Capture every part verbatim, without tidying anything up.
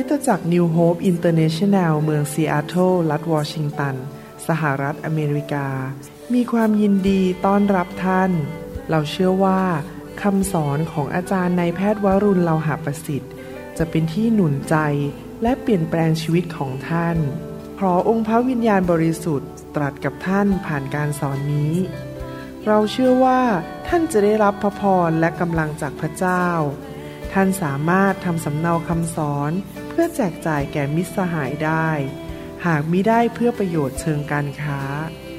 ตจักร New Hope International เมืองซีแอตเทิลรัฐวอชิงตันสหรัฐอเมริกามีความยินดีต้อนรับท่านเราเชื่อว่าคำสอนของอาจารย์นายแพทย์วรุณ เลาหะประสิทธิ์จะเป็นที่หนุนใจและเปลี่ยนแปลงชีวิตของท่านขอองค์พระวิญญาณบริสุทธิ์ตรัสกับท่านผ่านการสอนนี้เราเชื่อว่าท่านจะได้รับพระพรและกำลังจากพระเจ้าท่านสามารถทำสำเนาคำสอนเพื่อแจกจ่ายแก่มิตรสหายได้หากมิได้เพื่อประโยชน์เชิงการค้า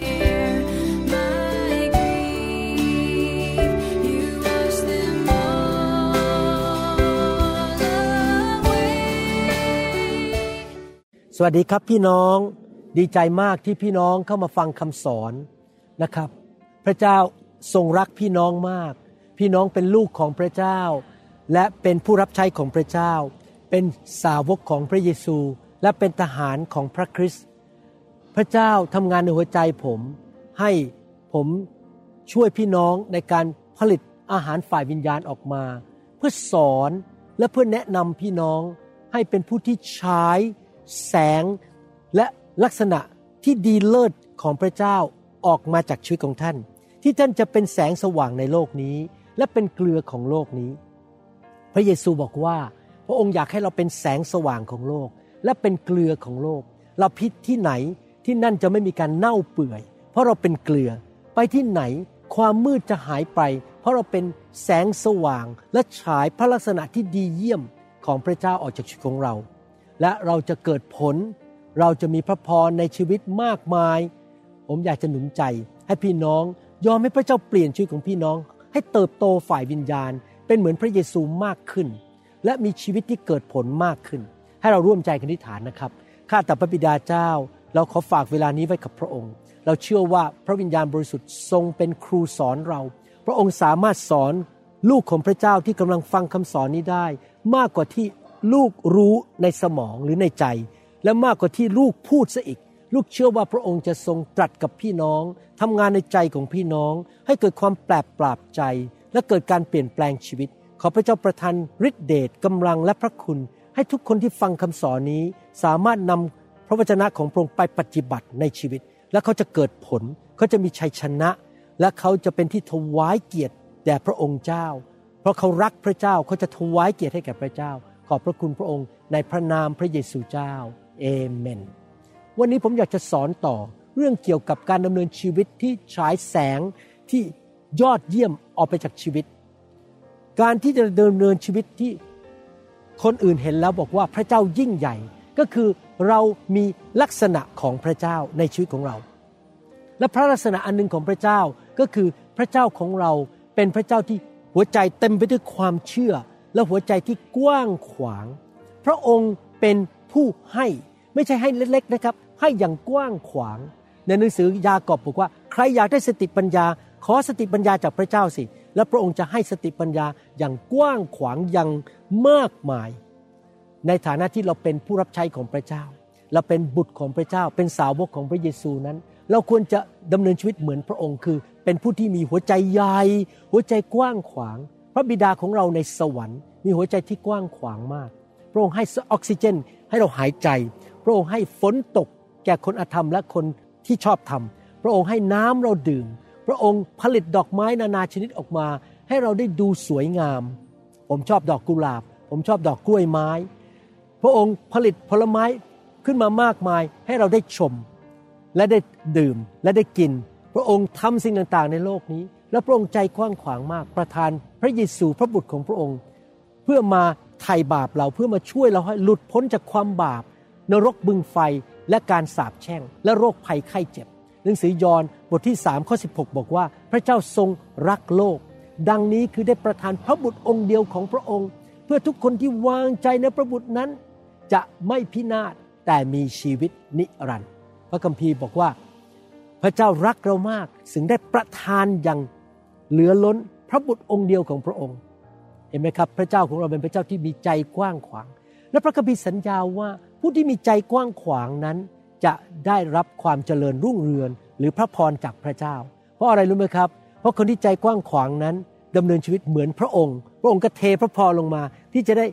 สวัสดีครับพี่น้องดีใจมากที่พี่น้องเข้ามาฟังคำสอนนะครับพระเจ้าทรงรักพี่น้องมากพี่น้องเป็นลูกของพระเจ้าและเป็นผู้รับใช้ของพระเจ้าเป็นสาวกของพระเยซูและเป็นทหารของพระคริสต์พระเจ้าทำงานในหัวใจผมให้ผมช่วยพี่น้องในการผลิตอาหารฝ่ายวิญญาณออกมาเพื่อสอนและเพื่อแนะนำพี่น้องให้เป็นผู้ที่ใช้แสงและลักษณะที่ดีเลิศของพระเจ้าออกมาจากชีวิตของท่านที่ท่านจะเป็นแสงสว่างในโลกนี้และเป็นเกลือของโลกนี้พระเยซูบอกว่าพระองค์อยากให้เราเป็นแสงสว่างของโลกและเป็นเกลือของโลกเราพิษที่ไหนที่นั่นจะไม่มีการเน่าเปื่อยเพราะเราเป็นเกลือไปที่ไหนความมืดจะหายไปเพราะเราเป็นแสงสว่างและฉายพระลักษณะที่ดีเยี่ยมของพระเจ้าออกจากชีวิตของเราและเราจะเกิดผลเราจะมีพระพรในชีวิตมากมายผมอยากจะหนุนใจให้พี่น้องยอมให้พระเจ้าเปลี่ยนชีวิตของพี่น้องให้เติบโตฝ่ายวิญญาณเป็นเหมือนพระเยซูมากขึ้นและมีชีวิตที่เกิดผลมากขึ้นให้เราร่วมใจกันอธิษฐานนะครับข้าแต่พระบิดาเจ้าเราขอฝากเวลานี้ไว้กับพระองค์เราเชื่อว่าพระวิญญาณบริสุทธิ์ทรงเป็นครูสอนเราพระองค์สามารถสอนลูกของพระเจ้าที่กำลังฟังคำสอนนี้ได้มากกว่าที่ลูกรู้ในสมองหรือในใจและมากกว่าที่ลูกพูดซะอีกลูกเชื่อว่าพระองค์จะทรงตรัสกับพี่น้องทำงานในใจของพี่น้องให้เกิดความแปลกปราบใจและเกิดการเปลี่ยนแปลงชีวิตขอพระเจ้าประทานฤทธิเดชกำลังและพระคุณให้ทุกคนที่ฟังคำสอนนี้สามารถนำพระวจนะของพระองค์ไปปฏิบัติในชีวิตและเขาจะเกิดผลเขาจะมีชัยชนะและเขาจะเป็นที่ถวายเกียรติแด่พระองค์เจ้าเพราะเขารักพระเจ้าเขาจะถวายเกียรติให้แก่พระเจ้าขอบพระคุณพระองค์ในพระนามพระเยซูเจ้าเอเมนวันนี้ผมอยากจะสอนต่อเรื่องเกี่ยวกับการดำเนินชีวิตที่ฉายแสงที่ยอดเยี่ยมออกไปจากชีวิตการที่จะดำเนินชีวิตที่คนอื่นเห็นแล้วบอกว่าพระเจ้ายิ่งใหญ่ก็คือเรามีลักษณะของพระเจ้าในชีวิตของเราและพระลักษณะอันนึงของพระเจ้าก็คือพระเจ้าของเราเป็นพระเจ้าที่หัวใจเต็มไปด้วยความเชื่อและหัวใจที่กว้างขวางพระองค์เป็นผู้ให้ไม่ใช่ให้เล็กๆนะครับให้อย่างกว้างขวางในหนังสือยากอบบอกว่าใครอยากได้สติปัญญาขอสติปัญญาจากพระเจ้าสิและพระองค์จะให้สติปัญญาอย่างกว้างขวางอย่างมากมายในฐานะที่เราเป็นผู้รับใช้ของพระเจ้าเราเป็นบุตรของพระเจ้าเป็นสาวกของพระเยซูนั้นเราควรจะดำเนินชีวิตเหมือนพระองค์คือเป็นผู้ที่มีหัวใจใหญ่หัวใจกว้างขวางพระบิดาของเราในสวรรค์มีหัวใจที่กว้างขวางมากพระองค์ให้ออกซิเจนให้เราหายใจพระองค์ให้ฝนตกแก่คนอธรรมและคนที่ชอบธรรมพระองค์ให้น้ำเราดื่มพระองค์ผลิตดอกไม้นานาชนิดออกมาให้เราได้ดูสวยงามผมชอบดอกกุหลาบผมชอบดอกกล้วยไม้พระองค์ผลิตผลไม้ขึ้นมามากมายให้เราได้ชมและได้ดื่มและได้กินพระองค์ทำสิ่งต่างๆในโลกนี้และพระองค์ใจกว้างขวางมากประทานพระเยซูพระบุตรของพระองค์เพื่อมาไถ่บาปเราเพื่อมาช่วยเราให้หลุดพ้นจากความบาปนรกบึงไฟและการสาปแช่งและโรคภัยไข้เจ็บหนังสือยอห์นบทที่สามข้อสิบหกบอกว่าพระเจ้าทรงรักโลกดังนี้คือได้ประทานพระบุตรองค์เดียวของพระองค์เพื่อทุกคนที่วางใจในพระบุตรนั้นจะไม่พินาศแต่มีชีวิตนิรันดร์พระคัมภีร์บอกว่าพระเจ้ารักเรามากถึงได้ประทานอย่างเหลือล้นพระบุตรองค์เดียวของพระองค์เห็นไหมครับพระเจ้าของเราเป็นพระเจ้าที่มีใจกว้างขวางและพระคัมภีร์สัญญาว่าผู้ที่มีใจกว้างขวางนั้นจะได้รับความเจริญรุ่งเรืองหรือพระพรจากพระเจ้าเพราะอะไรรู้ไหมครับเพราะคนที่ใจกว้างขวางนั้นดำเนินชีวิตเหมือนพระองค์พระองค์ก็เทพระพรลงมาที่จะได้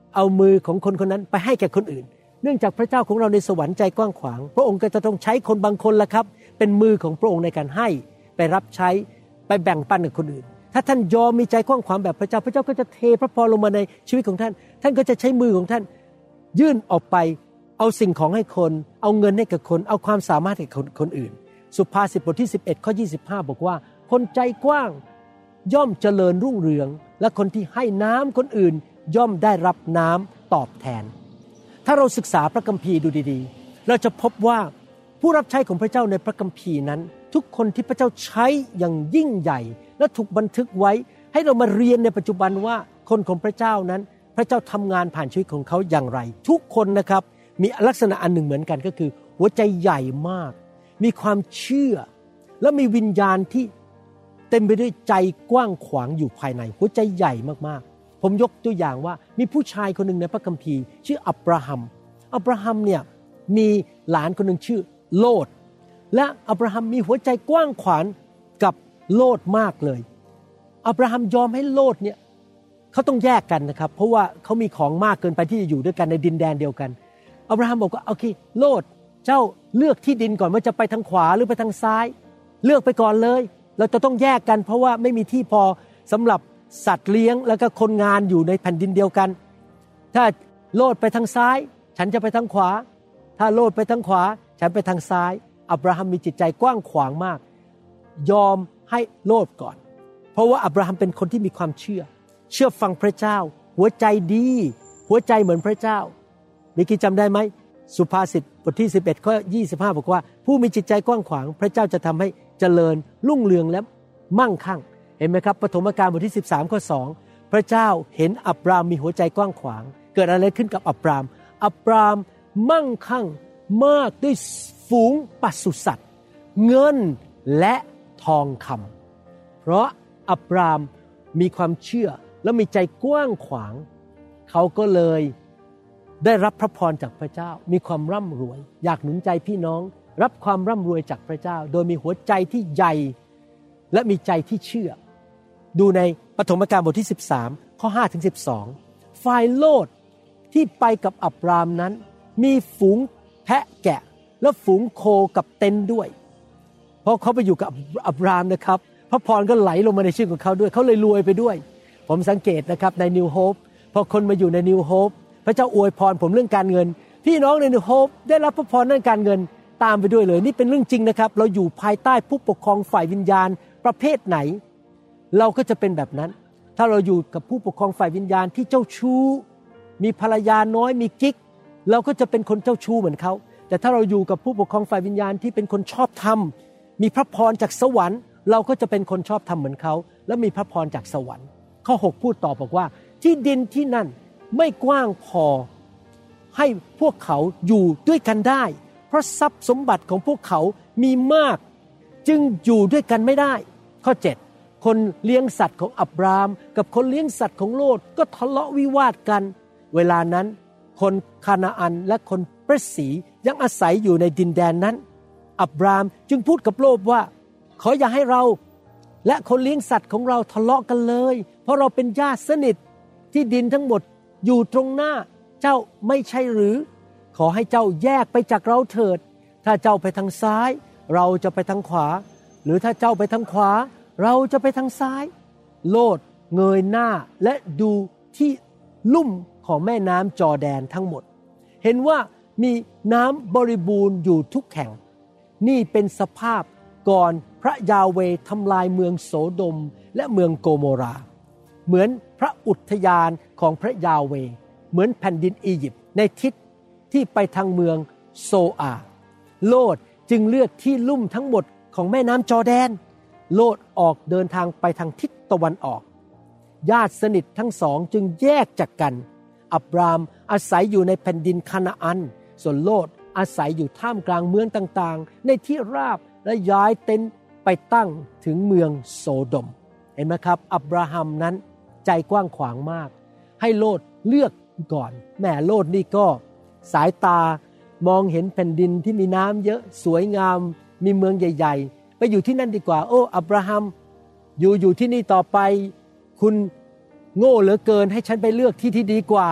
เอามือของคนคนนั้นไปให้แก่คนอื่นเนื่องจากพระเจ้าของเราในสวรรค์ใจกว้างขวางพระองค์ก็จะต้องใช้คนบางคนละครับเป็นมือของพระองค์ในการให้ไปรับใช้ไปแบ่งปันกับคนอื่นถ้าท่านยอมมีใจกว้างขวางแบบพระเจ้าพระเจ้าก็จะเทพระพรลงมาในชีวิตของท่านท่านก็จะใช้มือของท่านยื่นออกไปเอาสิ่งของให้คนเอาเงินให้กับคนเอาความสามารถให้คนคนอื่นสุภาษิตบทที่สิบเอ็ดข้อยี่สิบห้าบอกว่าคนใจกว้างย่อมเจริญรุ่งเรืองและคนที่ให้น้ำคนอื่นย่อมได้รับน้ำตอบแทนถ้าเราศึกษาพระคัมภีร์ดูดีๆเราจะพบว่าผู้รับใช้ของพระเจ้าในพระคัมภีร์นั้นทุกคนที่พระเจ้าใช้อย่างยิ่งใหญ่และถูกบันทึกไว้ให้เรามาเรียนในปัจจุบันว่าคนของพระเจ้านั้นพระเจ้าทำงานผ่านชีวิตของเขาอย่างไรทุกคนนะครับมีลักษณะอันหนึ่งเหมือนกันก็คือหัวใจใหญ่มากมีความเชื่อและมีวิญญาณที่เต็มไปด้วยใจกว้างขวางอยู่ภายในหัวใจใหญ่มากๆผมยกตัวอย่างว่ามีผู้ชายคนหนึ่งในพระคัมภีร์ชื่ออับราฮัมอับราฮัมเนี่ยมีหลานคนหนึ่งชื่อโลดและอับราฮัมมีหัวใจกว้างขวางกับโลดมากเลยอับราฮัมยอมให้โลดเนี่ยเขาต้องแยกกันนะครับเพราะว่าเขามีของมากเกินไปที่จะอยู่ด้วยกันในดินแดนเดียวกันอับราฮัมบอกว่าโอเคโลดเจ้าเลือกที่ดินก่อนว่าจะไปทางขวาหรือไปทางซ้ายเลือกไปก่อนเลยเราจะต้องแยกกันเพราะว่าไม่มีที่พอสำหรับสัตว์เลี้ยงแล้วก็คนงานอยู่ในแผ่นดินเดียวกันถ้าโลดไปทางซ้ายฉันจะไปทางขวาถ้าโลดไปทางขวาฉันไปทางซ้ายอับราฮัมมีจิตใจกว้างขวางมากยอมให้โลดก่อนเพราะว่าอับราฮัมเป็นคนที่มีความเชื่อเชื่อฟังพระเจ้าหัวใจดีหัวใจเหมือนพระเจ้าเมื่อกี้จำได้ไหมสุภาษิตบทที่สิบเอ็ดข้อยี่สิบห้าบอกว่าผู้มีจิตใจกว้างขวางพระเจ้าจะทำให้เจริญรุ่งเรืองและมั่งคั่งเห็นไหมครับปฐมกาลบทที่สิบสามข้อสองพระเจ้าเห็นอับรามมีหัวใจกว้างขวางเกิดอะไรขึ้นกับอับรามอับรามมั่งคั่งมากด้วยฝูงปศุสัตว์เงินและทองคำเพราะอับรามมีความเชื่อและมีใจกว้างขวางเขาก็เลยได้รับพระพรจากพระเจ้ามีความร่ำรวยอยากหนุนใจพี่น้องรับความร่ำรวยจากพระเจ้าโดยมีหัวใจที่ใหญ่และมีใจที่เชื่อดูในปฐมกาลบทที่สิบสามข้อห้าถึงสิบสองฝ่ายโลดที่ไปกับอับรามนั้นมีฝูงแพะแกะและฝูงโคกับเต็นท์ด้วยเพราะเขาไปอยู่กับอับรามนะครับพระพรก็ไหลลงมาในชีวิตของเขาด้วยเขาเลยรวยไปด้วยผมสังเกตนะครับใน New Hope พอคนมาอยู่ใน New Hope พระเจ้าอวยพรผมเรื่องการเงินพี่น้องใน New Hope ได้รับพระพรด้านการเงินตามไปด้วยเลยนี่เป็นเรื่องจริงนะครับเราอยู่ภายใต้ผู้ปกครองฝ่ายวิญญาณประเภทไหนเราก็จะเป็นแบบนั้นถ้าเราอยู่กับผู้ปกครองฝ่ายวิญญาณที่เจ้าชู้มีภรรยาน้อยมีกิ๊กเราก็จะเป็นคนเจ้าชู้เหมือนเขาแต่ถ้าเราอยู่กับผู้ปกครองฝ่ายวิญญาณที่เป็นคนชอบธรรมมีพระพรจากสวรรค์เราก็จะเป็นคนชอบธรรมเหมือนเขาและมีพระพรจากสวรรค์ข้อหกพูดต่อบอกว่าที่ดินที่นั่นไม่กว้างพอให้พวกเขาอยู่ด้วยกันได้เพราะทรัพย์สมบัติของพวกเขามีมากจึงอยู่ด้วยกันไม่ได้ข้อเจ็ดคนเลี้ยงสัตว์ของอับรามกับคนเลี้ยงสัตว์ของโลดก็ทะเลาะวิวาทกันเวลานั้นคนคานาอันและคนเปรสสียังอาศัยอยู่ในดินแดนนั้นอับรามจึงพูดกับโลดว่าขออย่าให้เราและคนเลี้ยงสัตว์ของเราทะเลาะกันเลยเพราะเราเป็นญาติสนิทที่ดินทั้งหมดอยู่ตรงหน้าเจ้าไม่ใช่หรือขอให้เจ้าแยกไปจากเราเถิดถ้าเจ้าไปทางซ้ายเราจะไปทางขวาหรือถ้าเจ้าไปทางขวาเราจะไปทางซ้ายโลดเงยหน้าและดูที่ลุ่มของแม่น้ำจอร์แดนทั้งหมดเห็นว่ามีน้ำบริบูรณ์อยู่ทุกแห่งนี่เป็นสภาพก่อนพระยาเวห์ทำลายเมืองโสโดมและเมืองโกโมราเหมือนพระอุทยานของพระยาเวห์เหมือนแผ่นดินอียิปต์ในทิศที่ไปทางเมืองโซอาโลดจึงเลือกที่ลุ่มทั้งหมดของแม่น้ำจอร์แดนโลดออกเดินทางไปทางทิศตะวันออกญาติสนิททั้งสองจึงแยกจากกันอับรามอาศัยอยู่ในแผ่นดินคานาอันส่วนโลดอาศัยอยู่ท่ามกลางเมืองต่างๆในที่ราบและย้ายเต็นท์ไปตั้งถึงเมืองโสโดมเห็นไหมครับอับราฮัมนั้นใจกว้างขวางมากให้โลดเลือกก่อนแม่โลดนี่ก็สายตามองเห็นแผ่นดินที่มีน้ำเยอะสวยงามมีเมืองใหญ่ๆไปอยู่ที่นั่นดีกว่าโอ้อับราฮัมอยู่อยู่ที่นี่ต่อไปคุณโง่เหลือเกินให้ฉันไปเลือกที่ที่ดีกว่า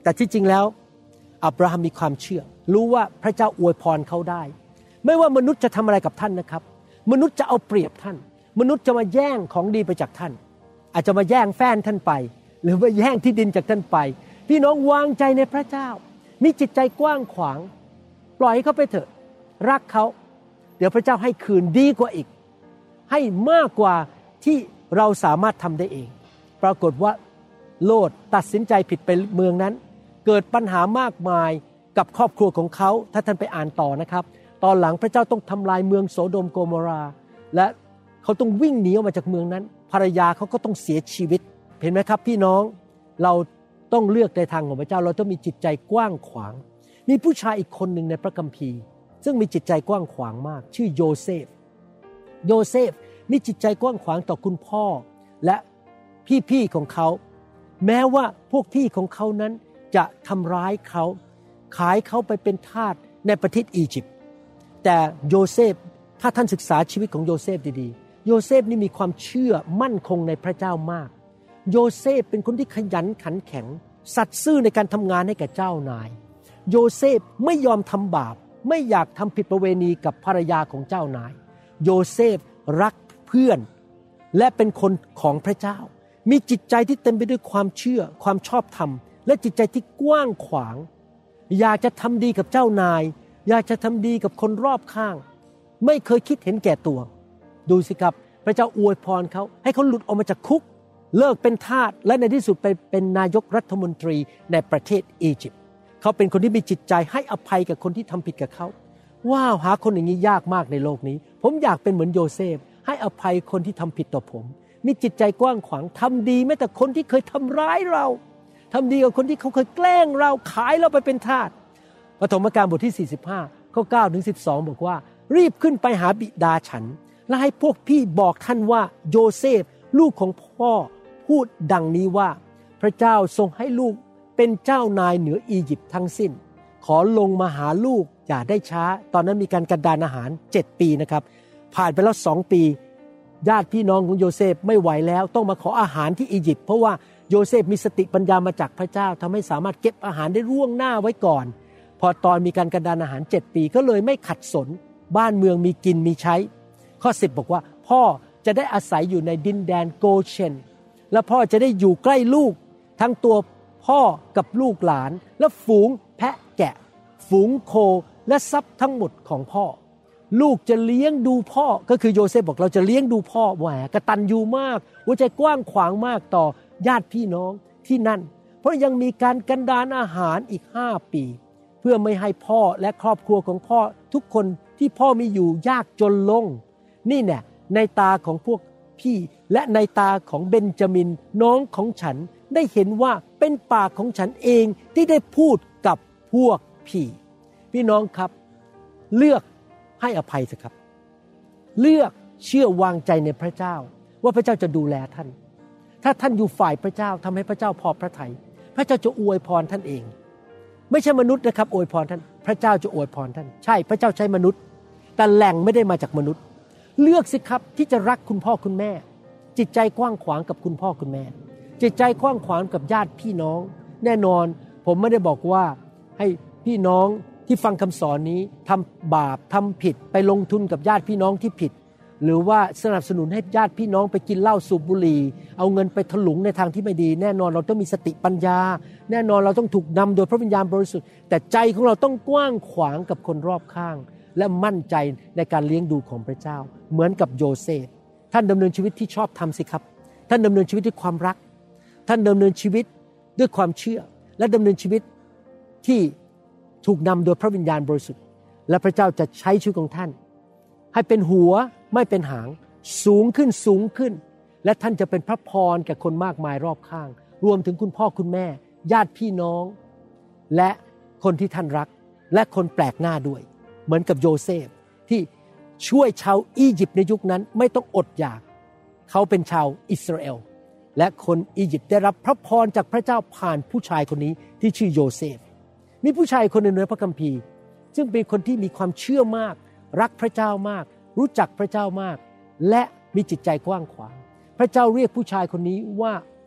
แต่ที่จริงแล้วอับราฮัมมีความเชื่อรู้ว่าพระเจ้าอวยพรเขาได้ไม่ว่ามนุษย์จะทำอะไรกับท่านนะครับมนุษย์จะเอาเปรียบท่านมนุษย์จะมาแย่งของดีไปจากท่านอาจจะมาแย่งแฟนท่านไปหรือว่าแย่งที่ดินจากท่านไปพี่น้องวางใจในพระเจ้ามีจิตใจกว้างขวางปล่อยเขาไปเถอะรักเขาเดี๋ยวพระเจ้าให้คืนดีกว่าอีกให้มากกว่าที่เราสามารถทำได้เองปรากฏว่าโลธตัดสินใจผิดไปเมืองนั้นเกิดปัญหามากมายกับครอบครัวของเขาถ้าท่านไปอ่านต่อนะครับตอนหลังพระเจ้าต้องทำลายเมืองโสโดมโกโมราและเขาต้องวิ่งหนีออกมาจากเมืองนั้นภรรยาเขาก็ต้องเสียชีวิตเห็นไหมครับพี่น้องเราต้องเลือกในทางของพระเจ้าเราต้องมีจิตใจกว้างขวางมีผู้ชายอีกคนหนึ่งในพระคัมภีร์ซึ่งมีจิตใจกว้างขวางมากชื่อโยเซฟโยเซฟมีจิตใจกว้างขวางต่อคุณพ่อและพี่ๆของเขาแม้ว่าพวกพี่ของเขานั้นจะทำร้ายเขาขายเขาไปเป็นทาสในประเทศอียิปต์แต่โยเซฟถ้าท่านศึกษาชีวิตของโยเซฟดีๆโยเซฟนี่มีความเชื่อมั่นคงในพระเจ้ามากโยเซฟเป็นคนที่ขยันขันแข็งสัตย์ซื่อในการทำงานให้แก่เจ้านายโยเซฟไม่ยอมทำบาปไม่อยากทำผิดประเวณีกับภรรยาของเจ้านายโยเซฟรักเพื่อนและเป็นคนของพระเจ้ามีจิตใจที่เต็มไปด้วยความเชื่อความชอบธรรมและจิตใจที่กว้างขวางอยากจะทำดีกับเจ้านายอยากจะทำดีกับคนรอบข้างไม่เคยคิดเห็นแก่ตัวดูสิครับพระเจ้าอวยพรเขาให้เขาหลุดออกมาจากคุกเลิกเป็นทาสและในที่สุดไปเป็นนายกรัฐมนตรีในประเทศอียิปต์เขาเป็นคนที่มีจิตใจให้อภัยกับคนที่ทำผิดกับเขาว้าวหาคนอย่างนี้ยากมากในโลกนี้ผมอยากเป็นเหมือนโยเซฟให้อภัยคนที่ทำผิดต่อผมมีจิตใจกว้างขวางทำดีแม้แต่คนที่เคยทำร้ายเราทำดีกับคนที่เขาเคยแกล้งเราขายเราไปเป็นทาสปฐมกาลบทที่สี่สิบห้าข้อเก้าถึงสิบสองบอกว่ารีบขึ้นไปหาบิดาฉันและให้พวกพี่บอกท่านว่าโยเซฟลูกของพ่อพูดดังนี้ว่าพระเจ้าทรงให้ลูกเป็นเจ้านายเหนืออียิปต์ทั้งสิ้นขอลงมาหาลูกอย่าได้ช้าตอนนั้นมีการกระดานอาหารเจ็ดปีนะครับผ่านไปแล้วสองปีญาติพี่น้องของโยเซฟไม่ไหวแล้วต้องมาขออาหารที่อียิปต์เพราะว่าโยเซฟมีสติปัญญามาจากพระเจ้าทำให้สามารถเก็บอาหารได้ล่วงหน้าไว้ก่อนพอตอนมีการกระดานอาหารเจ็ดปีก็เลยไม่ขัดสนบ้านเมืองมีกินมีใช้ข้อสิบบอกว่าพ่อจะได้อาศัยอยู่ในดินแดนโกเชนและพ่อจะได้อยู่ใกล้ลูกทั้งตัวพ่อกับลูกหลานและฝูงแพะแกะฝูงโคและทรัพย์ทั้งหมดของพ่อลูกจะเลี้ยงดูพ่อก็คือโยเซฟบอกเราจะเลี้ยงดูพ่อแหมกตัญญูมากหัวใจกว้างขวางมากต่อญาติพี่น้องที่นั่นเพราะยังมีการกันดารอาหารอีกห้าปีเพื่อไม่ให้พ่อและครอบครัวของพ่อทุกคนที่พ่อมีอยู่ยากจนลงนี่แน่ในตาของพวกพี่และในตาของเบนจามินน้องของฉันได้เห็นว่าเป็นปากของฉันเองที่ได้พูดกับพวกพี่พี่น้องครับเลือกให้อภัยสิครับเลือกเชื่อวางใจในพระเจ้าว่าพระเจ้าจะดูแลท่านถ้าท่านอยู่ฝ่ายพระเจ้าทำให้พระเจ้าพอพระทัยพระเจ้าจะอวยพรท่านเองไม่ใช่มนุษย์นะครับอวยพรท่านพระเจ้าจะอวยพรท่านใช่พระเจ้าใช้มนุษย์แต่แหล่งไม่ได้มาจากมนุษย์เลือกสิครับที่จะรักคุณพ่อคุณแม่จิตใจกว้างขวางกับคุณพ่อคุณแม่จิตใจกว้างขวางกับญาติพี่น้องแน่นอนผมไม่ได้บอกว่าให้พี่น้องที่ฟังคำสอนนี้ทำบาปทำผิดไปลงทุนกับญาติพี่น้องที่ผิดหรือว่าสนับสนุนให้ญาติพี่น้องไปกินเหล้าสูบบุหรี่เอาเงินไปถลุงในทางที่ไม่ดีแน่นอนเราต้องมีสติปัญญาแน่นอนเราต้องถูกนำโดยพระวิญญาณบริสุทธิ์แต่ใจของเราต้องกว้างขวางกับคนรอบข้างและมั่นใจในการเลี้ยงดูของพระเจ้าเหมือนกับโยเซฟท่านดำเนินชีวิตที่ชอบธรรมสิครับท่านดำเนินชีวิตด้วยความรักท่านดำเนินชีวิตด้วยความเชื่อและดำเนินชีวิตที่ถูกนำโดยพระวิญญาณบริสุทธิ์และพระเจ้าจะใช้ชีวิตของท่านให้เป็นหัวไม่เป็นหางสูงขึ้นสูงขึ้นและท่านจะเป็นพระพรแก่คนมากมายรอบข้างรวมถึงคุณพ่อคุณแม่ญาติพี่น้องและคนที่ท่านรักและคนแปลกหน้าด้วยเหมือนกับโยเซฟที่ช่วยชาวอียิปต์ในยุคนั้นไม่ต้องอดอยากเขาเป็นชาวอิสราเอลและคนอียิปต์ได้รับพระพรจากพระเจ้าผ่านผู้ชายคนนี้ที่ชื่อโยเซฟมีผู้ชายคนหนึ่งในพระคัมภีร์ซึ่งเป็นคนที่มีความเชื่อมากรักพระเจ้ามากรู้จักพระเจ้ามากและมีจิตใจกว้างขวางพระเจ้าเรียกผู้ชายคนนี้ว่า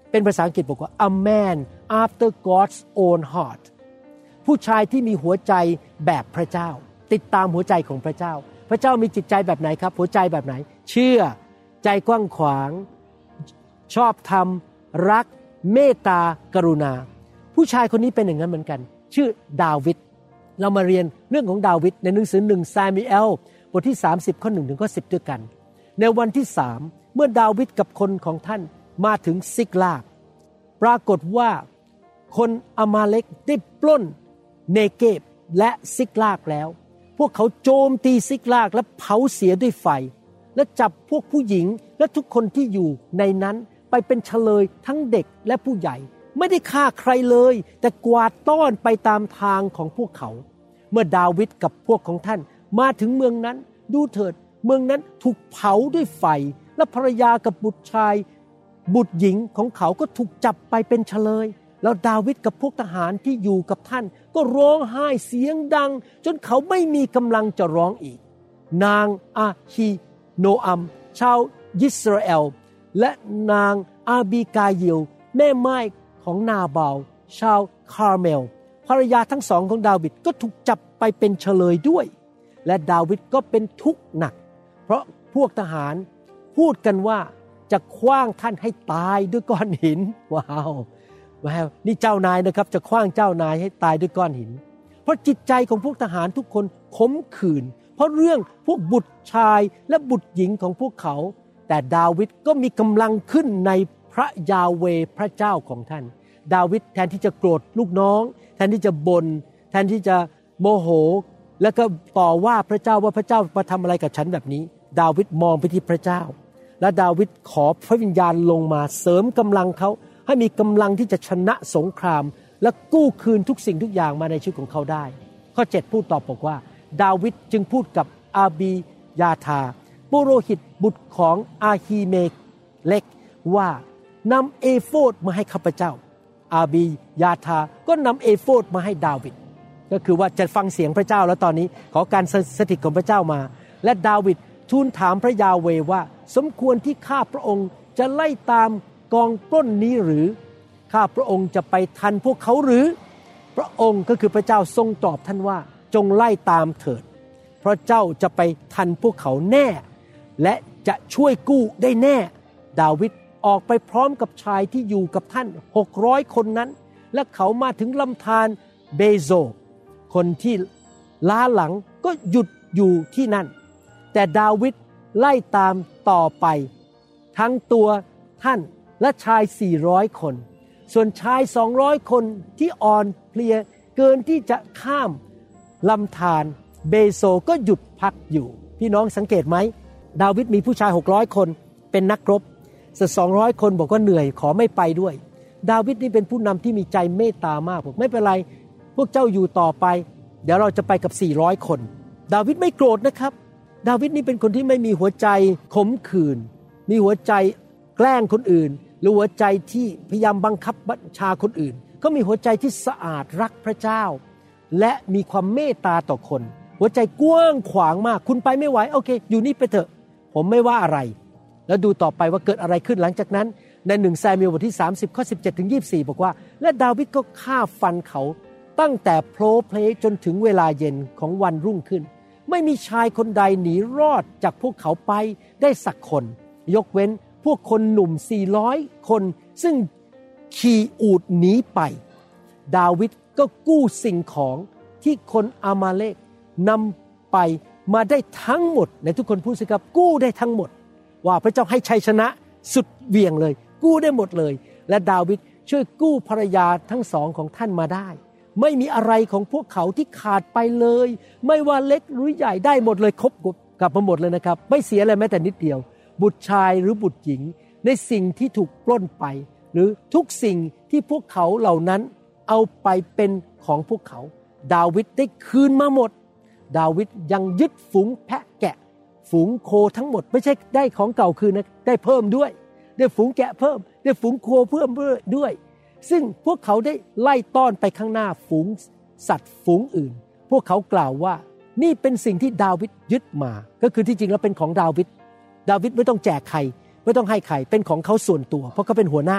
เป็นภาษาอังกฤษบอกว่า a man after God's own heart ผู้ชายที่มีหัวใจแบบพระเจ้าติดตามหัวใจของพระเจ้าพระเจ้ามีจิตใจแบบไหนครับหัวใจแบบไหนเชื่อใจกว้างขวางชอบธรรมรักเมตตากรุณาผู้ชายคนนี้เป็นอย่างนั้นเหมือนกันชื่อดาวิดเรามาเรียนเรื่องของดาวิดในหนังสือหนึ่งซามูเอลบทที่สามสิบข้อหนึ่งถึงข้อสิบด้วยกันในวันที่สามเมื่อดาวิดกับคนของท่านมาถึงซิกลากปรากฏว่าคนอามาเลกได้ปล้นเนเกบและซิกลากแล้วพวกเขาโจมตีซิกลากและเผาเสียด้วยไฟและจับพวกผู้หญิงและทุกคนที่อยู่ในนั้นไปเป็นเฉลยทั้งเด็กและผู้ใหญ่ไม่ได้ฆ่าใครเลยแต่กวาดต้อนไปตามทางของพวกเขาเมื่อดาวิดกับพวกของท่านมาถึงเมืองนั้นดูเถิดเมืองนั้นถูกเผาด้วยไฟและภรรยากับบุตรชายบุตรหญิงของเขาก็ถูกจับไปเป็นเฉลยแล้วดาวิดกับพวกทหารที่อยู่กับท่านก็ร้องไห้เสียงดังจนเขาไม่มีกำลังจะร้องอีกนางอาฮีโนอัมชาวยิสราเอลและนางอาบีกาเยลแม่ไม้ของนาบาลชาวคาร์เมลภรรยาทั้งสองของดาวิดก็ถูกจับไปเป็นเฉลยด้วยและดาวิดก็เป็นทุกข์หนักเพราะพวกทหารพูดกันว่าจะขว้างท่านให้ตายด้วยก้อนหินว้าวว้าวนี่เจ้านายนะครับจะขว้างเจ้านายให้ตายด้วยก้อนหินเพราะจิตใจของพวกทหารทุกคนขมขื่นเพราะเรื่องพวกบุตรชายและบุตรหญิงของพวกเขาแต่ดาวิดก็มีกำลังขึ้นในพระยาเวห์พระเจ้าของท่านดาวิดแทนที่จะโกรธลูกน้องแทนที่จะบน่นแทนที่จะโมโหแล้วก็ต่อว่าพระเจ้าว่าพระเจ้ามาทำอะไรกับฉันแบบนี้ดาวิดมองไปที่พระเจ้าและดาวิดขอพระวิญญาณลงมาเสริมกำลังเขาให้มีกำลังที่จะชนะสงครามและกู้คืนทุกสิ่งทุกอย่างมาในชีวิตของเขาได้ข้อเจ็ดพูดตอบบอกว่าดาวิดจึงพูดกับอาบียาธาปุโรหิตบุตรของอาฮีเมเล็กว่านำเอโฟดมาให้ข้าพเจ้าอาบียาธาก็นำเอโฟดมาให้ดาวิดก็คือว่าจะฟังเสียงพระเจ้าแล้วตอนนี้ขอการสถิตของพระเจ้ามาและดาวิดทูลถามพระยาเวห์ว่าสมควรที่ข้าพระองค์จะไล่ตามกองปล้นนี้หรือข้าพระองค์จะไปทันพวกเขาหรือพระองค์ก็คือพระเจ้าทรงตอบท่านว่าจงไล่ตามเถิดเพราะเจ้าจะไปทันพวกเขาแน่และจะช่วยกู้ได้แน่ดาวิดออกไปพร้อมกับชายที่อยู่กับท่านหกร้อยคนนั้นและเขามาถึงลำธารเบโซคนที่ล้าหลังก็หยุดอยู่ที่นั่นแต่ดาวิดไล่ตามต่อไปทั้งตัวท่านและชายสี่ร้อยคนส่วนชายสองร้อยคนที่อ่อนเพลียเกินที่จะข้ามลำธารเบโซก็หยุดพักอยู่พี่น้องสังเกตไหมดาวิดมีผู้ชายหกร้อยคนเป็นนักรบส่วนสองร้อยคนบอกว่าเหนื่อยขอไม่ไปด้วยดาวิดนี่เป็นผู้นำที่มีใจเมตตามากบอกไม่เป็นไรพวกเจ้าอยู่ต่อไปเดี๋ยวเราจะไปกับสี่ร้อยคนดาวิดไม่โกรธนะครับดาวิดนี่เป็นคนที่ไม่มีหัวใจขมขื่นมีหัวใจแกล้งคนอื่นหรือหัวใจที่พยายามบังคับบัญชาคนอื่นก็มีหัวใจที่สะอาดรักพระเจ้าและมีความเมตตาต่อคนหัวใจกว้างขวางมากคุณไปไม่ไหวโอเคอยู่นี่ไปเถอะผมไม่ว่าอะไรแล้วดูต่อไปว่าเกิดอะไรขึ้นหลังจากนั้นในหนึ่งซามูเอลบทที่สามสิบข้อสิบเจ็ดถึงยี่สิบสี่บอกว่าและดาวิดก็ฆ่าฟันเขาตั้งแต่โผล่เพลจนถึงเวลาเย็นของวันรุ่งขึ้นไม่มีชายคนใดหนีรอดจากพวกเขาไปได้สักคนยกเว้นพวกคนหนุ่มสี่ร้อยคนซึ่งขี่อูฐหนีไปดาวิดก็กู้สิ่งของที่คนอามาเลกนำไปมาได้ทั้งหมดในทุกคนพูดสิครับกู้ได้ทั้งหมดว่าพระเจ้าให้ชัยชนะสุดเวียงเลยกู้ได้หมดเลยและดาวิดช่วยกู้ภรรยาทั้งสองของท่านมาได้ไม่มีอะไรของพวกเขาที่ขาดไปเลยไม่ว่าเล็กหรือใหญ่ได้หมดเลยครบกลับมาหมดเลยนะครับไม่เสียอะไรแม้แต่นิดเดียวบุตรชายหรือบุตรหญิงในสิ่งที่ถูกปล้นไปหรือทุกสิ่งที่พวกเขาเหล่านั้นเอาไปเป็นของพวกเขาดาวิดได้คืนมาหมดดาวิดยังยึดฝูงแพะแกะฝูงโคทั้งหมดไม่ใช่ได้ของเก่าคืนนะได้เพิ่มด้วยได้ฝูงแกะเพิ่มได้ฝูงโคเพิ่มด้วยซึ่งพวกเขาได้ไล่ต้อนไปข้างหน้าฝูงสัตว์ฝูงอื่นพวกเขากล่าวว่านี่เป็นสิ่งที่ดาวิดยึดมาก็คือที่จริงแล้วเป็นของดาวิดดาวิดไม่ต้องแจกใครไม่ต้องให้ใครเป็นของเขาส่วนตัวเพราะเขาเป็นหัวหน้า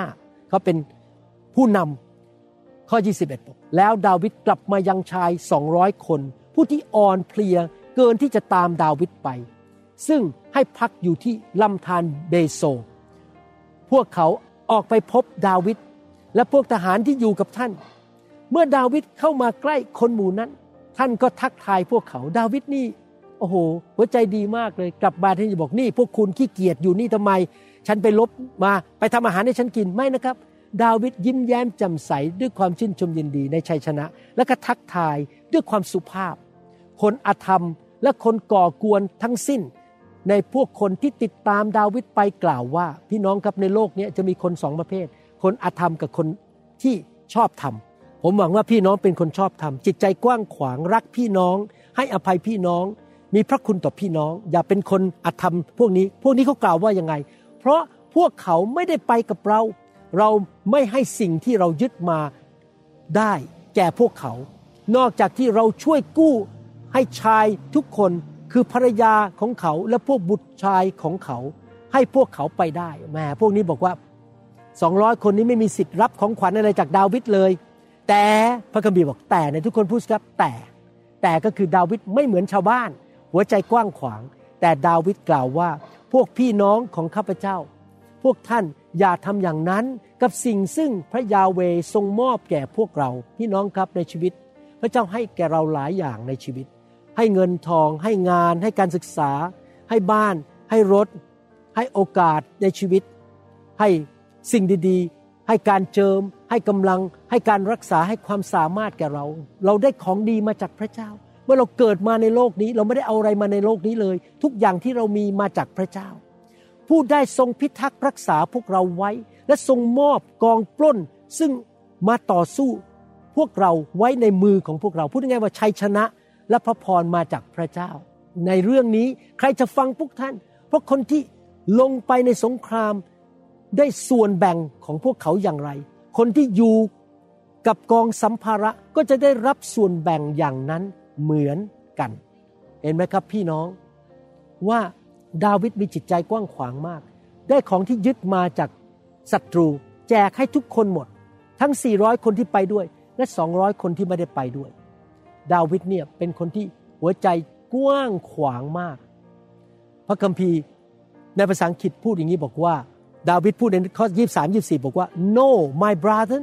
เขาเป็นผู้นำข้อยี่สิบเอ็ดบอกแล้วดาวิดกลับมายังชายสองร้อยคนผู้ที่อ่อนเพลียเกินที่จะตามดาวิดไปซึ่งให้พักอยู่ที่ลำธารเบโซพวกเขาออกไปพบดาวิดและพวกทหารที่อยู่กับท่านเมื่อดาวิดเข้ามาใกล้คนหมู่นั้นท่านก็ทักทายพวกเขาดาวิดนี่โอ้โหหัวใจดีมากเลยกลับมาที่จะบอกนี่พวกคุณขี้เกียจอยู่นี่ทำไมฉันไปลบมาไปทำอาหารให้ฉันกินไม่นะครับดาวิดยิ้มแย้มแจ่มใสด้วยความชื่นชมยินดีในชัยชนะและก็ทักทายด้วยความสุภาพคนอธรรมและคนก่อกวนทั้งสิ้นในพวกคนที่ติดตามดาวิดไปกล่าวว่าพี่น้องครับในโลกนี้จะมีคนสองประเภทคนอธรรมกับคนที่ชอบธรรมผมหวังว่าพี่น้องเป็นคนชอบธรรมจิตใจกว้างขวางรักพี่น้องให้อภัยพี่น้องมีพระคุณต่อพี่น้องอย่าเป็นคนอธรรมพวกนี้พวกนี้เขากล่าวว่ายังไงเพราะพวกเขาไม่ได้ไปกับเราเราไม่ให้สิ่งที่เรายึดมาได้แก่พวกเขานอกจากที่เราช่วยกู้ให้ชายทุกคนคือภรรยาของเขาและพวกบุตรชายของเขาให้พวกเขาไปได้แหมพวกนี้บอกว่าสองร้อยคนนี้ไม่มีสิทธิ์รับของขวัญอะไรจากดาวิดเลยแต่พระคัมภีร์บอกแต่ในทุกคนพูดครับแต่แต่ก็คือดาวิดไม่เหมือนชาวบ้านหัวใจกว้างขวางแต่ดาวิดกล่าวว่าพวกพี่น้องของข้าพเจ้าพวกท่านอย่าทำอย่างนั้นกับสิ่งซึ่งพระยาเวห์ทรงมอบแก่พวกเราพี่น้องครับในชีวิตพระเจ้าให้แก่เราหลายอย่างในชีวิตให้เงินทองให้งานให้การศึกษาให้บ้านให้รถให้โอกาสในชีวิตให้สิ่งดีๆให้การเจิมให้กำลังให้การรักษาให้ความสามารถแก่เราเราได้ของดีมาจากพระเจ้าเมื่อเราเกิดมาในโลกนี้เราไม่ได้เอาอะไรมาในโลกนี้เลยทุกอย่างที่เรามีมาจากพระเจ้าผู้ได้ทรงพิทักษ์รักษาพวกเราไว้และทรงมอบกองปล้นซึ่งมาต่อสู้พวกเราไว้ในมือของพวกเราพูดง่ายๆว่าชัยชนะและพระพรมาจากพระเจ้าในเรื่องนี้ใครจะฟังพวกท่านเพราะคนที่ลงไปในสงครามได้ส่วนแบ่งของพวกเขาอย่างไรคนที่อยู่กับกองสัมภาระก็จะได้รับส่วนแบ่งอย่างนั้นเหมือนกันเห็นไหมครับพี่น้องว่าดาวิดมีจิตใจกว้างขวางมากได้ของที่ยึดมาจากศัตรูแจกให้ทุกคนหมดทั้งสี่ร้อยคนที่ไปด้วยและสองร้อยคนที่ไม่ได้ไปด้วยดาวิดเนี่ยเป็นคนที่หัวใจกว้างขวางมากพระคัมภีร์ในภาษาอังกฤษพูดอย่างนี้บอกว่าดาวิดพูดในข้อยี่สิบสาม ยี่สิบสี่บอกว่า No my brother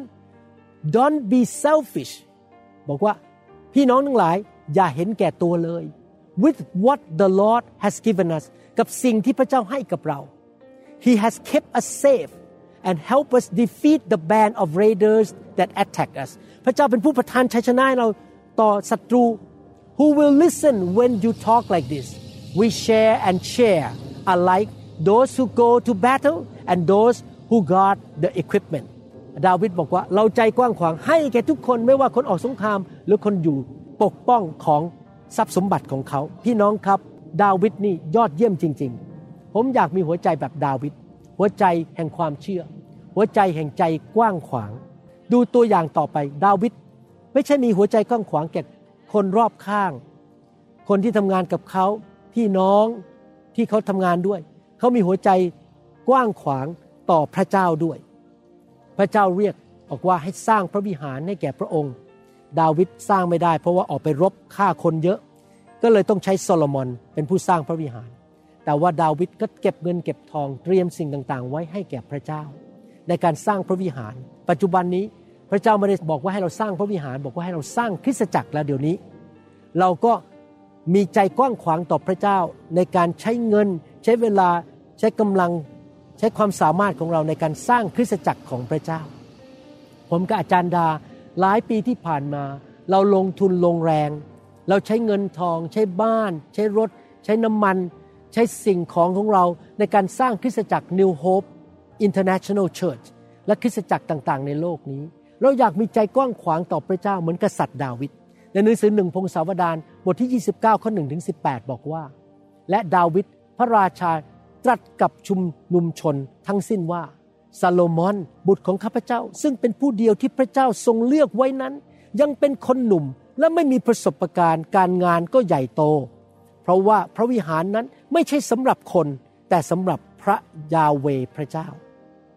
don't be selfish บอกว่าพี่น้องทั้งหลายอย่าเห็นแก่ตัวเลย with what the Lord has given us กับสิ่งที่พระเจ้าให้กับเรา He has kept us safe and help us defeat the band of raiders that attack us พระเจ้าเป็นผู้ประทานชัยชนะให้เราต่อศัตรู Who will listen when you talk like this We share and share alike those who go to battle and those who guard the equipment ดาวิดบอกว่าเราใจกว้างขวางให้แก่ทุกคนไม่ว่าคนออกสงครามหรือคนอยู่ปกป้องของทรัพย์สมบัติของเขาพี่น้องครับดาวิดนี่ยอดเยี่ยมจริงๆผมอยากมีหัวใจแบบดาวิดหัวใจแห่งความเชื่อหัวใจแห่งใจกว้างขวางดูตัวอย่างต่อไปดาวิดไม่ใช่มีหัวใจกว้างขวางแก่คนรอบข้างคนที่ทำงานกับเขาพี่น้องที่เขาทำงานด้วยเขามีหัวใจกว้างขวางต่อพระเจ้าด้วยพระเจ้าเรียกบอกว่าให้สร้างพระวิหารให้แก่พระองค์ดาวิดสร้างไม่ได้เพราะว่าออกไปรบฆ่าคนเยอะก็เลยต้องใช้โซโลมอนเป็นผู้สร้างพระวิหารแต่ว่าดาวิดก็เก็บเงินเก็บทองเตรียมสิ่งต่างๆไว้ให้แก่พระเจ้าในการสร้างพระวิหารปัจจุบันนี้พระเจ้าไม่ได้บอกว่าให้เราสร้างพระวิหารบอกว่าให้เราสร้างคริสตจักรแล้วเดี๋ยวนี้เราก็มีใจกว้างขวางต่อพระเจ้าในการใช้เงินใช้เวลาใช้กำลังใช้ความสามารถของเราในการสร้างคริสตจักรของพระเจ้าผมกับอาจารย์ดาหลายปีที่ผ่านมาเราลงทุนลงแรงเราใช้เงินทองใช้บ้านใช้รถใช้น้ำมันใช้สิ่งของของเราในการสร้างคริสตจักร New Hope International Church และคริสตจักรต่างๆในโลกนี้เราอยากมีใจกว้างขวางต่อพระเจ้าเหมือนกษัตริย์ดาวิดในหนังสือหนึ่งพงศาวดารบทที่ยี่สิบเก้าข้อหนึ่งถึงสิบแปดบอกว่าและดาวิดพระราชาตรัสกับชุมนุมชนทั้งสิ้นว่าซาโลมอนบุตรของข้าพเจ้าซึ่งเป็นผู้เดียวที่พระเจ้าทรงเลือกไว้นั้นยังเป็นคนหนุ่มและไม่มีประสบการณ์การงานก็ใหญ่โตเพราะว่าพระวิหารนั้นไม่ใช่สำหรับคนแต่สำหรับพระยาเวห์พระเจ้า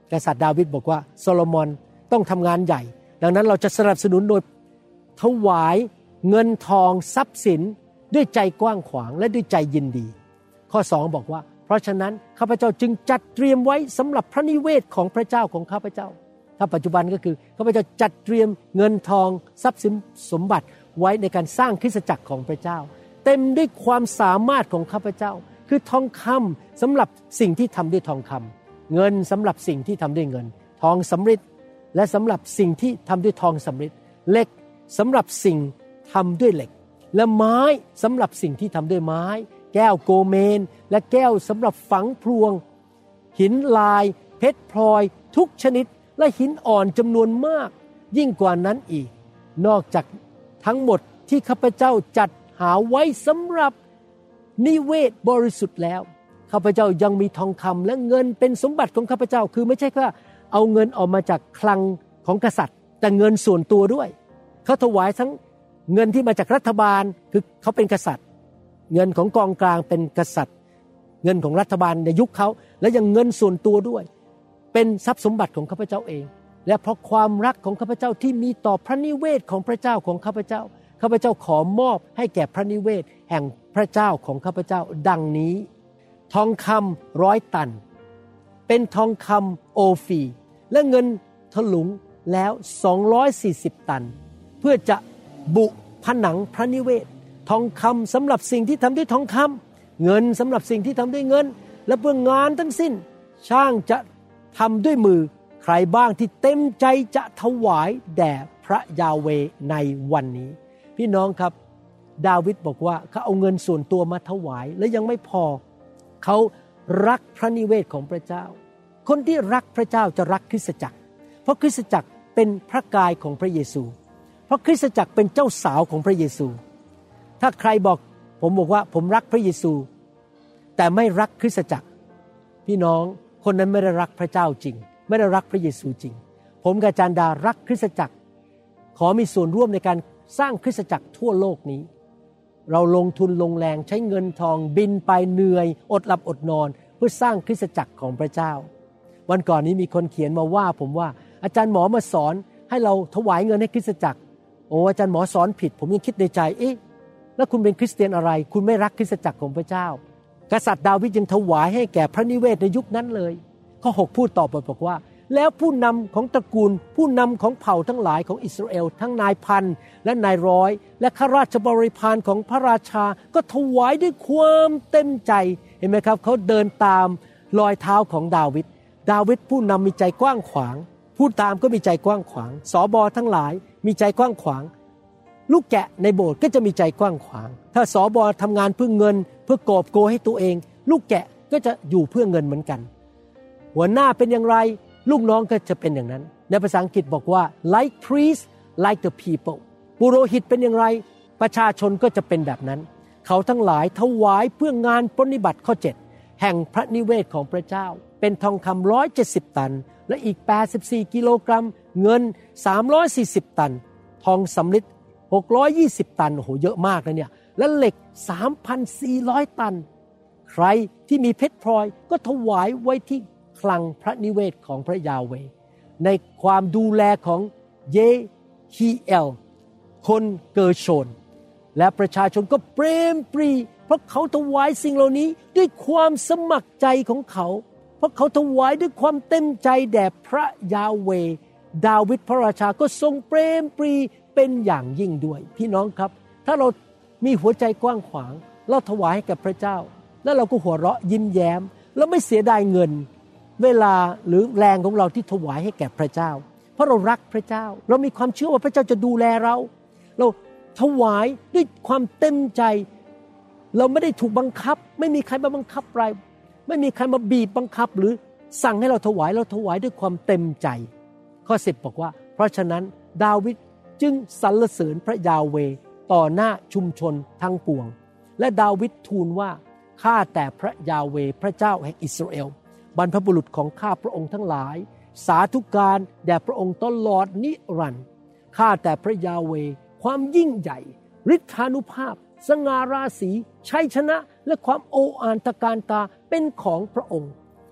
กษัตริย์ดาวิดบอกว่าโซโลมอนต้องทำงานใหญ่ดังนั้นเราจะสนับสนุนโดยถวายเงินทองทรัพย์สินด้วยใจกว้างขวางและด้วยใจยินดีข้อสองบอกว่าเพราะฉะนั้นข้าพเจ้าจึงจัดเตรียมไว้สำหรับพระนิเวศของพระเจ้าของข้าพเจ้าถ้าปัจจุบันก็คือข้าพเจ้าจัดเตรียมเงินทองทรัพย์สินสมบัติไว้ในการสร้างคริสตจักรของพระเจ้าเต็มด้วยความสามารถของข้าพเจ้าคือทองคำสำหรับสิ่งที่ทำด้วยทองคำเงินสำหรับสิ่งที่ทำด้วยเงินทองสำริดและสำหรับสิ่งที่ทำด้วยทองสำริดเหล็กสำหรับสิ่งทำด้วยเหล็กและไม้สำหรับสิ่งที่ทำด้วยไม้แก้วโกเมนและแก้วสำหรับฝังพลวงหินลายเพชรพลอยทุกชนิดและหินอ่อนจำนวนมากยิ่งกว่านั้นอีกนอกจากทั้งหมดที่ข้าพเจ้าจัดหาไว้สำหรับนิเวศบริสุทธิ์แล้วข้าพเจ้ายังมีทองคำและเงินเป็นสมบัติของข้าพเจ้าคือไม่ใช่แค่เอาเงินออกมาจากคลังของกษัตริย์แต่เงินส่วนตัวด้วยเขาถวายทั้งเงินที่มาจากรัฐบาลคือเขาเป็นกษัตริย์เงินของกองกลางเป็นกษัตริย์เงินของรัฐบาลในยุคเขาและยังเงินส่วนตัวด้วยเป็นทรัพย์สมบัติของข้าพเจ้าเองและเพราะความรักของข้าพเจ้าที่มีต่อพระนิเวศของพระเจ้าของข้าพเจ้าข้าพเจ้าขอมอบให้แก่พระนิเวศแห่งพระเจ้าของข้าพเจ้าดังนี้ทองคำร้อยตันเป็นทองคำโอฟีและเงินถลุงแล้วสองร้อยสี่สิบตันเพื่อจะบุผนังพระนิเวศทองคำสำหรับสิ่งที่ทำด้วยทองคำเงินสำหรับสิ่งที่ทำด้วยเงินและเพื่องานทั้งสิ้นช่างจะทำด้วยมือใครบ้างที่เต็มใจจะถวายแด่พระยาเวห์ในวันนี้พี่น้องครับดาวิดบอกว่าเขาเอาเงินส่วนตัวมาถวายและยังไม่พอเขารักพระนิเวศของพระเจ้าคนที่รักพระเจ้าจะรักคริสตจักรเพราะคริสตจักรเป็นพระกายของพระเยซูเพราะคริสตจักรเป็นเจ้าสาวของพระเยซูถ้าใครบอกผมบอกว่าผมรักพระเยซูแต่ไม่รักคริสตจักรพี่น้องคนนั้นไม่ได้รักพระเจ้าจริงไม่ได้รักพระเยซูจริงผมกับอาจารย์ดารักคริสตจักรขอมีส่วนร่วมในการสร้างคริสตจักรทั่วโลกนี้เราลงทุนลงแรงใช้เงินทองบินไปเหนื่อยอดหลับอดนอนเพื่อสร้างคริสตจักรของพระเจ้าวันก่อนนี้มีคนเขียนมาว่าผมว่าอาจารย์หมอมาสอนให้เราถวายเงินให้คริสตจักรโอ้อาจารย์หมอสอนผิดผมยังคิดในใจเอ๊ะแล้วคุณเป็นคริสเตียนอะไรคุณไม่รักคริสตจักรของพระเจ้ากษัตริย์ดาวิดยังถวายให้แก่พระนิเวศในยุคนั้นเลยข้อหกพูดต่อไปบอกว่าแล้วผู้นำของตระกูลผู้นำของเผ่าทั้งหลายของอิสราเอลทั้งนายพันและนายร้อยและข้าราชบริพารของพระราชาก็ถวายด้วยความเต็มใจเห็นไหมครับเขาเดินตามรอยเท้าของดาวิดดาวิดผู้นำมีใจกว้างขวางผู้ตามก็มีใจกว้างขวางสบทั้งหลายมีใจกว้างขวางลูกแกะในโบสถ์ก็จะมีใจกว้างขวางถ้าสบทำงานเพื่อเงินเพื่อกอบโกยให้ตัวเองลูกแกะก็จะอยู่เพื่อเงินเหมือนกันหัวหน้าเป็นอย่างไรลูกน้องก็จะเป็นอย่างนั้นในภาษาอังกฤษบอกว่า like priest like the people ปุโรหิตเป็นอย่างไรประชาชนก็จะเป็นแบบนั้นเขาทั้งหลายถวายเพื่องานปฏิบัติข้อเจ็ดแห่งพระนิเวศของพระเจ้าเป็นทองคำหนึ่งร้อยเจ็ดสิบตันและอีกแปดสิบสี่กิโลกรัมเงินสามร้อยสี่สิบตันทองสำริดหกร้อยยี่สิบตันโอ้โหเยอะมากนะเนี่ยและเหล็ก สามพันสี่ร้อย ตันใครที่มีเพชรพลอยก็ถวายไว้ที่คลังพระนิเวศของพระยาเวห์ในความดูแลของเยฮีเอลคนเกอร์โชนและประชาชนก็เปรมปรีเพราะเขาถวายสิ่งเหล่านี้ด้วยความสมัครใจของเขาเพราะเขาถวายด้วยความเต็มใจแด่พระยาเวห์ดาวิดพระราชาก็ทรงเปรมปรีเป็นอย่างยิ่งด้วยพี่น้องครับถ้าเรามีหัวใจกว้างขวางเราถวายให้กับพระเจ้าแล้วเราก็หัวเราะยิ้มแย้มแล้วไม่เสียดายเงินเวลาหรือแรงของเราที่ถวายให้แก่พระเจ้าเพราะเรารักพระเจ้าเรามีความเชื่อว่าพระเจ้าจะดูแลเราเราถวายด้วยความเต็มใจเราไม่ได้ถูกบังคับไม่มีใครมาบังคับเราไม่มีใครมาบีบบังคับหรือสั่งให้เราถวายเราถวายด้วยความเต็มใจข้อสิบบอกว่าเพราะฉะนั้นดาวิดจึงสรรเสริญพระยาเวห์ต่อหน้าชุมชนทั้งปวงและดาวิดทูลว่าข้าแต่พระยาเวห์พระเจ้าแห่งอิสราเอลบรรพบุรุษของข้าพระองค์ทั้งหลายสาธุการแด่พระองค์ตลอดนิรันดร์ข้าแต่พระยาเวห์ความยิ่งใหญ่ฤทธานุภาพสง่าราศีชัยชนะและความโอ้อาตการตาเป็นของพระองค์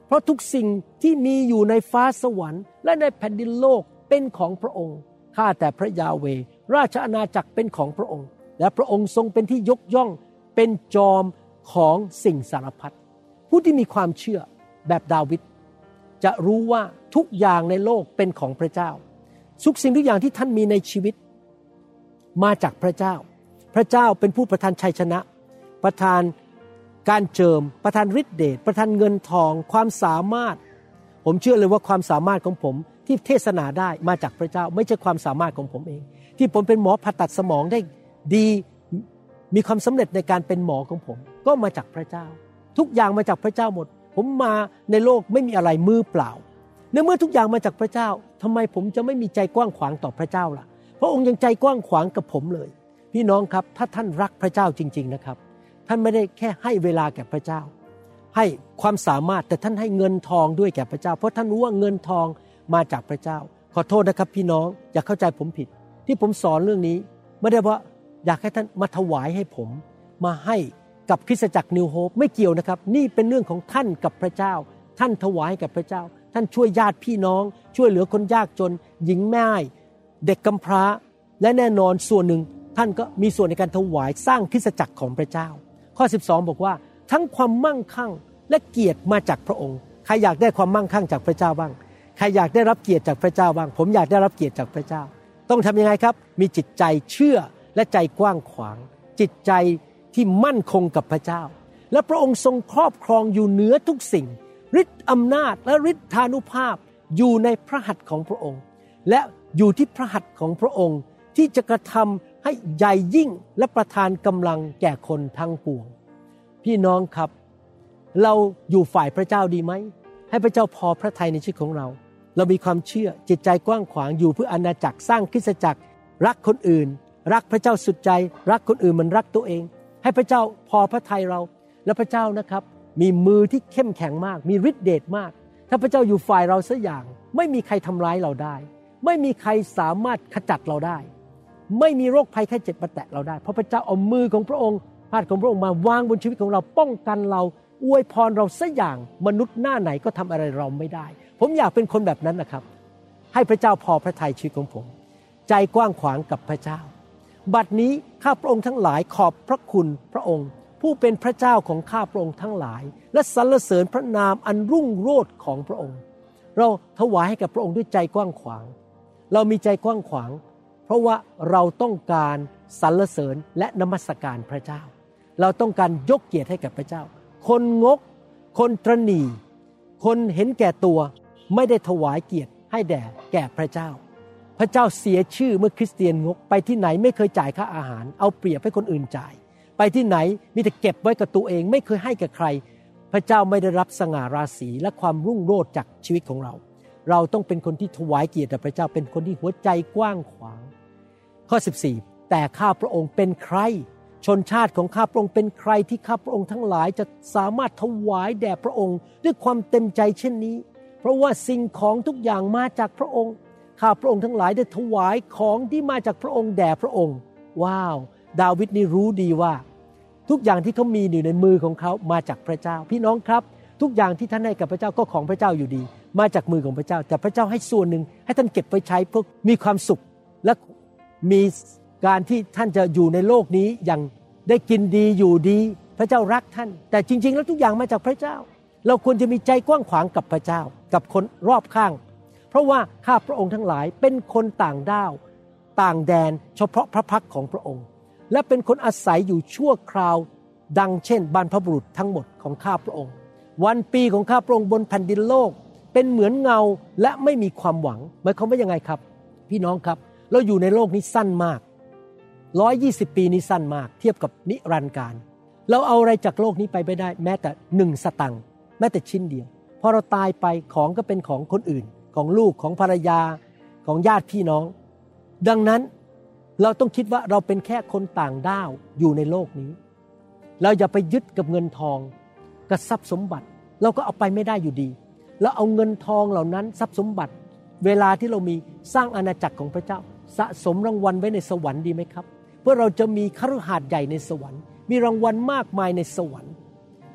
เพราะทุกสิ่งที่มีอยู่ในฟ้าสวรรค์และในแผ่นดินโลกเป็นของพระองค์ข้าแต่พระยาเวห์ราชอาณาจักรเป็นของพระองค์และพระองค์ทรงเป็นที่ยกย่องเป็นจอมของสิ่งสารพัดผู้ที่มีความเชื่อแบบดาวิดจะรู้ว่าทุกอย่างในโลกเป็นของพระเจ้าทุกสิ่งทุกอย่างที่ท่านมีในชีวิตมาจากพระเจ้าพระเจ้าเป็นผู้ประทานชัยชนะประทานการเจิมประทานฤทธิเดชประทานเงินทองความสามารถผมเชื่อเลยว่าความสามารถของผมที่เทศนาได้มาจากพระเจ้าไม่ใช่ความสามารถของผมเองที่ผมเป็นหมอผ่าตัดสมองได้ดีมีความสำเร็จในการเป็นหมอของผมก็มาจากพระเจ้าทุกอย่างมาจากพระเจ้าหมดผมมาในโลกไม่มีอะไรมือเปล่าในเมื่อทุกอย่างมาจากพระเจ้าทำไมผมจะไม่มีใจกว้างขวางต่อพระเจ้าล่ะพระองค์ยังใจกว้างขวางกับผมเลยพี่น้องครับถ้าท่านรักพระเจ้าจริงๆนะครับท่านไม่ได้แค่ให้เวลาแก่พระเจ้าให้ความสามารถแต่ท่านให้เงินทองด้วยแก่พระเจ้าเพราะท่านรู้ว่าเงินทองมาจากพระเจ้าขอโทษนะครับพี่น้องอย่าเข้าใจผมผิดที่ผมสอนเรื่องนี้ไม่ได้ว่าอยากให้ท่านมาถวายให้ผมมาให้กับคริสตจักรนิวโฮปไม่เกี่ยวนะครับนี่เป็นเรื่องของท่านกับพระเจ้าท่านถวายกับพระเจ้าท่านช่วยญาติพี่น้องช่วยเหลือคนยากจนหญิงแม่เด็กกำพร้าและแน่นอนส่วนหนึ่งท่านก็มีส่วนในการถวายสร้างคริสตจักรของพระเจ้าข้อสิบสองบอกว่าทั้งความมั่งคั่งและเกียรติมาจากพระองค์ใครอยากได้ความมั่งคั่งจากพระเจ้าบ้างใครอยากได้รับเกียรติจากพระเจ้าบ้างผมอยากได้รับเกียรติจากพระเจ้าต้องทำยังไงครับมีจิตใจเชื่อและใจกว้างขวางจิตใจที่มั่นคงกับพระเจ้าและพระองค์ทรงครอบครองอยู่เหนือทุกสิ่งฤทธิ์อำนาจและฤทธานุภาพอยู่ในพระหัตถ์ของพระองค์และอยู่ที่พระหัตถ์ของพระองค์ที่จะกระทำให้ใหญ่ยิ่งและประทานกำลังแก่คนทั้งปวงพี่น้องครับเราอยู่ฝ่ายพระเจ้าดีไหมให้พระเจ้าพอพระทัยในชีวิตของเราเรามีความเชื่อจิตใจกว้างขวางอยู่เพื่ออาณาจักรสร้างคริสตจักรรักคนอื่นรักพระเจ้าสุดใจรักคนอื่นเหมือนรักตัวเองให้พระเจ้าพอพระทัยเราและพระเจ้านะครับมีมือที่เข้มแข็งมากมีฤทธิ์เดชมากถ้าพระเจ้าอยู่ฝ่ายเราสักอย่างไม่มีใครทำร้ายเราได้ไม่มีใครสามารถขจัดเราได้ไม่มีโรคภัยไข้เจ็บมาแตะเราได้เพราะพระเจ้าเอามือของพระองค์พระหัตถ์ของพระองค์มาวางบนชีวิตของเราป้องกันเราอวยพรเราสักอย่างมนุษย์หน้าไหนก็ทำอะไรเราไม่ได้ผมอยากเป็นคนแบบนั้นนะครับให้พระเจ้าพอพระทัยชีวิตของผมใจกว้างขวางกับพระเจ้าบัดนี้ข้าพระองค์ทั้งหลายขอบพระคุณพระองค์ผู้เป็นพระเจ้าของข้าพระองค์ทั้งหลายและสรรเสริญพระนามอันรุ่งโรจน์ของพระองค์เราถวายให้กับพระองค์ด้วยใจกว้างขวางเรามีใจกว้างขวางเพราะว่าเราต้องการสรรเสริญและนมัสการพระเจ้าเราต้องการยกเกียรติให้กับพระเจ้าคนงกคนตระหนี่คนเห็นแก่ตัวไม่ได้ถวายเกียรติให้แด่แก่พระเจ้าพระเจ้าเสียชื่อเมื่อคริสเตียนงกไปที่ไหนไม่เคยจ่ายค่าอาหารเอาเปรียบให้คนอื่นจ่ายไปที่ไหนมีแต่เก็บไว้กับตัวเองไม่เคยให้กับใครพระเจ้าไม่ได้รับสง่าราศีและความรุ่งโรจน์จากชีวิตของเราเราต้องเป็นคนที่ถวายเกียรติแด่พระเจ้าเป็นคนที่หัวใจกว้างขวางข้อสิบสี่แต่ข้าพระองค์เป็นใครชนชาติของข้าพระองค์เป็นใครที่ข้าพระองค์ทั้งหลายจะสามารถถวายแด่พระองค์ด้วยความเต็มใจเช่นนี้เพราะว่าสิ่งของทุกอย่างมาจากพระองค์ข้าพระองค์ทั้งหลายได้ถวายของที่มาจากพระองค์แด่พระองค์ว้าวดาวิดนี่รู้ดีว่าทุกอย่างที่เขามีอยู่ในมือของเขามาจากพระเจ้าพี่น้องครับทุกอย่างที่ท่านให้กับพระเจ้าก็ของพระเจ้าอยู่ดีมาจากมือของพระเจ้าแต่พระเจ้าให้ส่วนหนึ่งให้ท่านเก็บไว้ใช้เพื่อมีความสุขและมีการที่ท่านจะอยู่ในโลกนี้อย่างได้กินดีอยู่ดีพระเจ้ารักท่านแต่จริงๆแล้วทุกอย่างมาจากพระเจ้าเราควรจะมีใจกว้างขวางกับพระเจ้ากับคนรอบข้างเพราะว่าข้าพระองค์ทั้งหลายเป็นคนต่างด้าวต่างแดนเฉพาะพระพักของพระองค์และเป็นคนอาศัยอยู่ชั่วคราวดังเช่นบรรพบุรุษทั้งหมดของข้าพระองค์วันปีของข้าพระองค์บนแผ่นดินโลกเป็นเหมือนเงาและไม่มีความหวังหมายความว่ายังไงครับพี่น้องครับเราอยู่ในโลกนี้สั้นมากหนึ่งร้อยยี่สิบปีนี้สั้นมากเทียบกับนิรันดร์กาลเราเอาอะไรจากโลกนี้ไปไม่ได้แม้แต่หนึ่งสตังค์แม้แต่ชิ้นเดียวพอเราตายไปของก็เป็นของคนอื่นของลูกของภรรยาของญาติพี่น้องดังนั้นเราต้องคิดว่าเราเป็นแค่คนต่างด้าวอยู่ในโลกนี้เราอย่าไปยึดกับเงินทองกับทรัพย์สมบัติเราก็เอาไปไม่ได้อยู่ดีแล้วเอาเงินทองเหล่านั้นทรัพย์สมบัติเวลาที่เรามีสร้างอาณาจักรของพระเจ้าสะสมรางวัลไว้ในสวรรค์ดีไหมครับเพื่อเราจะมีคฤหาสน์ใหญ่ในสวรรค์มีรางวัลมากมายในสวรรค์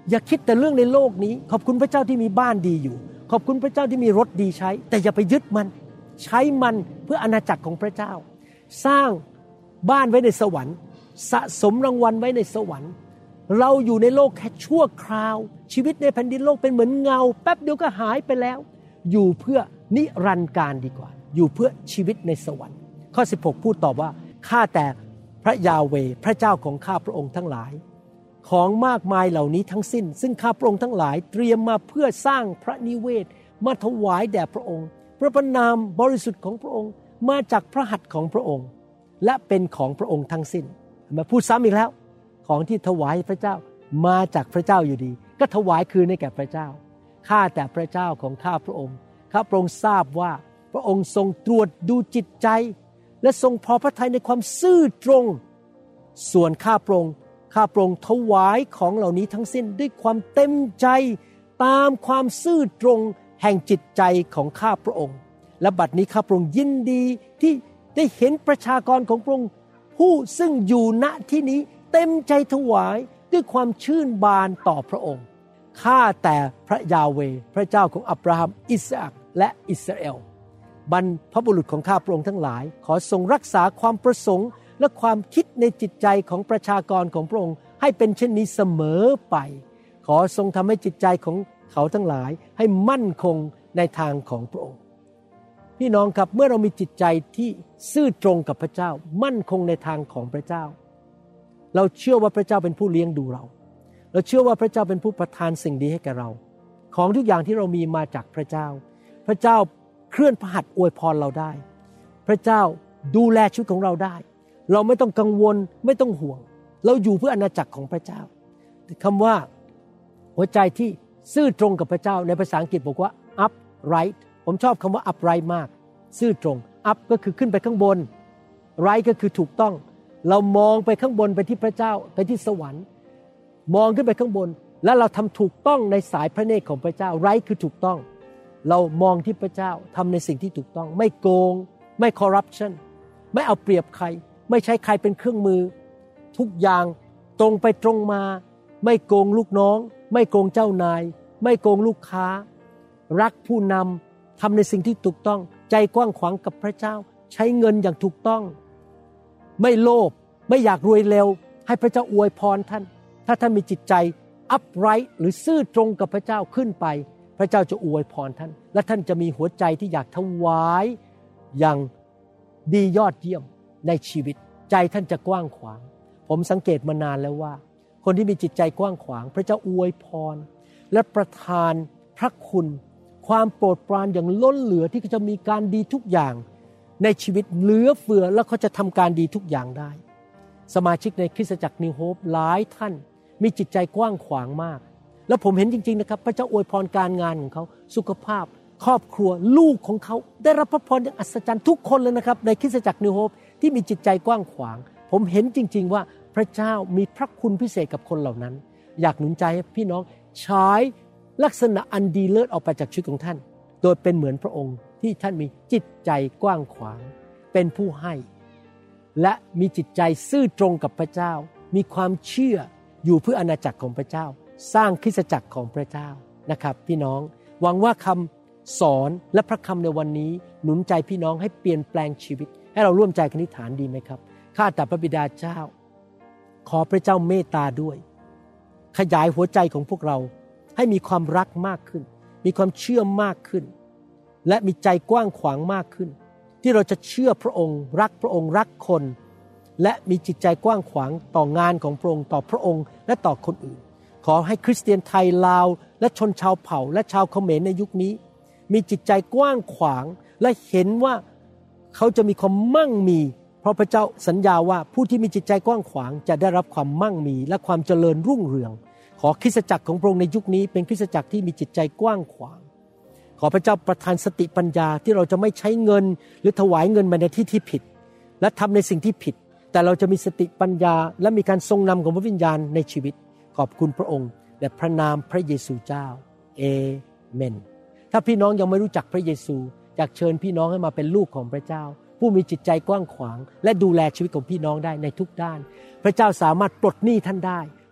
อย่าคิดแต่เรื่องในโลกนี้ขอบคุณพระเจ้าที่มีบ้านดีอยู่ขอบคุณพระเจ้าที่มีรถดีใช้แต่อย่าไปยึดมันใช้มันเพื่ออาณาจักรของพระเจ้าสร้างบ้านไว้ในสวรรค์สะสมรางวัลไว้ในสวรรค์เราอยู่ในโลกแค่ชั่วคราวชีวิตในแผ่นดินโลกเป็นเหมือนเงาแป๊บเดียวก็หายไปแล้วอยู่เพื่อนิรันดร์การดีกว่าอยู่เพื่อชีวิตในสวรรค์ข้อสิบหกพูดตอบว่าข้าแต่พระยาเวห์พระเจ้าของข้าพระองค์ทั้งหลายของมากมายเหล่านี้ทั้งสิ้นซึ่งข้าพระองค์ทั้งหลายเตรียมมาเพื่อสร้างพระนิเวศมาถวายแด่พระองค์พระพระนามบริสุทธิ์ของพระองค์มาจากพระหัตถ์ของพระองค์และเป็นของพระองค์ทั้งสิ้นมาพูดซ้ำอีกแล้วของที่ถวายพระเจ้ามาจากพระเจ้าอยู่ดีก็ถวายคืนให้แก่พระเจ้าข้าแต่พระเจ้าของข้าพระองค์ข้าพระองค์ทราบว่าพระองค์ทรงตรวจดูจิตใจและทรงพอพระทัยในความซื่อตรงส่วนข้าพระองค์ข้าพระองค์ถวายของเหล่านี้ทั้งสิ้นด้วยความเต็มใจตามความซื่อตรงแห่งจิตใจของข้าพระองค์และบัดนี้ข้าพระองค์ยินดีที่ได้เห็นประชากรของพระองค์ผู้ซึ่งอยู่ณที่นี้เต็มใจถวายด้วยความชื่นบานต่อพระองค์ข้าแต่พระยาเวห์พระเจ้าของอับราฮัมอิสอัคและอิสราเอลบรรพบุรุษของข้าพระองค์ทั้งหลายขอทรงรักษาความประสงค์และความคิดในจิตใจของประชากรของพระองค์ให้เป็นเช่นนี้เสมอไปขอทรงทำให้จิตใจของเขาทั้งหลายให้มั่นคงในทางของพระองค์พี่น้องครับเมื่อเรามีจิตใจที่ซื่อตรงกับพระเจ้ามั่นคงในทางของพระเจ้าเราเชื่อว่าพระเจ้าเป็นผู้เลี้ยงดูเราเราเชื่อว่าพระเจ้าเป็นผู้ประทานสิ่งดีให้แก่เราของทุกอย่างที่เรามีมาจากพระเจ้าพระเจ้าเคลื่อนพระหัตถ์อวยพรเราได้พระเจ้าดูแลชีวิตของเราได้เราไม่ต้องกังวลไม่ต้องห่วงเราอยู่เพื่ออาณาจักรของพระเจ้าคำว่าหัวใจที่ซื่อตรงกับพระเจ้าในภาษาอังกฤษบอกว่า upright ผมชอบคำว่า upright มากซื่อตรง up ก็คือขึ้นไปข้างบน right ก็คือถูกต้องเรามองไปข้างบนไปที่พระเจ้าไปที่สวรรค์มองขึ้นไปข้างบนแล้วเราทำถูกต้องในสายพระเนตรของพระเจ้า right คือถูกต้องเรามองที่พระเจ้าทำในสิ่งที่ถูกต้องไม่โกงไม่ corruption ไม่เอาเปรียบใครไม่ใช้ใครเป็นเครื่องมือทุกอย่างตรงไปตรงมาไม่โกงลูกน้องไม่โกงเจ้านายไม่โกงลูกค้ารักผู้นำทำในสิ่งที่ถูกต้องใจกว้างขวางกับพระเจ้าใช้เงินอย่างถูกต้องไม่โลภไม่อยากรวยเร็วให้พระเจ้าอวยพรท่านถ้าท่านมีจิตใจ upright หรือซื่อตรงกับพระเจ้าขึ้นไปพระเจ้าจะอวยพรท่านและท่านจะมีหัวใจที่อยากถวายอย่างดียอดเยี่ยมในชีวิตใจท่านจะกว้างขวางผมสังเกตมานานแล้วว่าคนที่มีจิตใจกว้างขวางพระเจ้าอวยพรและประทานพระคุณความโปรดปรานอย่างล้นเหลือที่จะมีการดีทุกอย่างในชีวิตเหลือเฟือแล้วเขาจะทำการดีทุกอย่างได้สมาชิกในคริสตจักรนิวโฮปหลายท่านมีจิตใจกว้างขวางมากแล้วผมเห็นจริงๆนะครับพระเจ้าอวยพรการงานของเขาสุขภาพครอบครัวลูกของเขาได้รับพระพรอย่างอัศจรรย์ทุกคนเลยนะครับในคริสตจักรนิวโฮปที่มีจิตใจกว้างขวางผมเห็นจริงๆว่าพระเจ้ามีพระคุณพิเศษกับคนเหล่านั้นอยากหนุนใจให้พี่น้องใช้ลักษณะอันดีเลิศออกไปจากชีวิตของท่านโดยเป็นเหมือนพระองค์ที่ท่านมีจิตใจกว้างขวางเป็นผู้ให้และมีจิตใจซื่อตรงกับพระเจ้ามีความเชื่ออยู่เพื่ออาณาจักรของพระเจ้าสร้างคริสตจักรของพระเจ้านะครับพี่น้องหวังว่าคำสอนและพระคำในวันนี้หนุนใจพี่น้องให้เปลี่ยนแปลงชีวิตให้เราร่วมใจกันอธิษฐานดีไหมครับข้าแต่พระบิดาเจ้าขอพระเจ้าเมตตาด้วยขยายหัวใจของพวกเราให้มีความรักมากขึ้นมีความเชื่อมากขึ้นและมีใจกว้างขวางมากขึ้นที่เราจะเชื่อพระองค์รักพระองค์รักคนและมีจิตใจกว้างขวางต่องานของพระองค์ต่อพระองค์และต่อคนอื่นขอให้คริสเตียนไทยลาวและชนชาวเผ่าและชาวเขมรในยุคนี้มีจิตใจกว้างขวางและเห็นว่าเขาจะมีความมั่งมีเพราะพระเจ้าสัญญาว่าผู้ที่มีจิตใจกว้างขวางจะได้รับความมั่งมีและความเจริญรุ่งเรืองขอคริสตจักรของพระองค์ในยุคนี้เป็นคริสตจักรที่มีจิตใจกว้างขวางขอพระเจ้าประทานสติปัญญาที่เราจะไม่ใช้เงินหรือถวายเงินมาในที่ที่ผิดและทำในสิ่งที่ผิดแต่เราจะมีสติปัญญาและมีการทรงนำของพระวิญญาณในชีวิตขอบคุณพระองค์และพระนามพระเยซูเจ้าเอเมนถ้าพี่น้องยังไม่รู้จักพระเยซูอยากเชิญพี่น้องให้มาเป็นลูกของพระเจ้าผู้มีจิตใจกว้างขวางและดูแลชีวิตของพี่น้องได้ในทุกด้านพระเจ้าสามารถปลดหนี้ท่านได้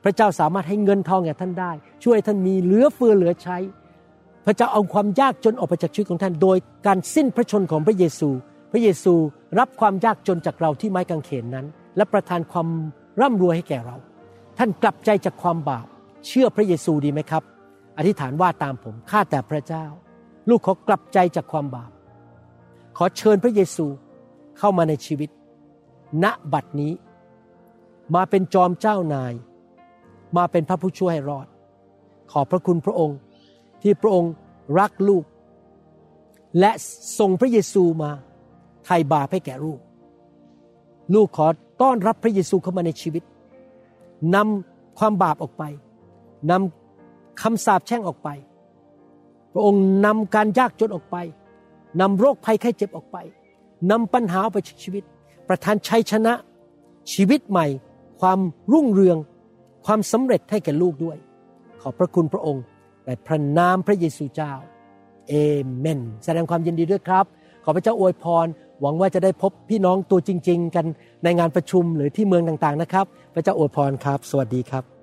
พระเจ้าสามารถให้เงินทองแก่ท่านได้ช่วยท่านมีเหลือเฟือเหลือใช้พระเจ้าเอาความยากจนออกไปจากชีวิตของท่านโดยการสิ้นพระชนของพระเยซูพระเยซูรับความยากจนจากเราที่ไม้กางเขนนั้นและประทานความร่ำรวยให้แก่เราท่านกลับใจจากความบาปเชื่อพระเยซูดีไหมครับอธิษฐานว่าตามผมข้าแต่พระเจ้าลูกขอกลับใจจากความบาปขอเชิญพระเยซูเข้ามาในชีวิตณบัดนี้มาเป็นจอมเจ้านายมาเป็นพระผู้ช่วยให้รอดขอบพระคุณพระองค์ที่พระองค์รักลูกและส่งพระเยซูมาไถ่บาปให้แก่ลูกลูกขอต้อนรับพระเยซูเข้ามาในชีวิตนำความบาปออกไปนำคำสาปแช่งออกไปพระองค์นำการยากจนออกไปนำโรคภัยไข้เจ็บออกไปนำปัญหาออกไปจากชีวิตประทานชัยชนะชีวิตใหม่ความรุ่งเรืองความสำเร็จให้แก่ลูกด้วยขอบพระคุณพระองค์ในพระนามพระเยซูเจ้าเอเมนแสดงความยินดีด้วยครับขอพระเจ้าอวยพรหวังว่าจะได้พบพี่น้องตัวจริงๆกันในงานประชุมหรือที่เมืองต่างๆนะครับพระเจ้าอวยพรครับสวัสดีครับ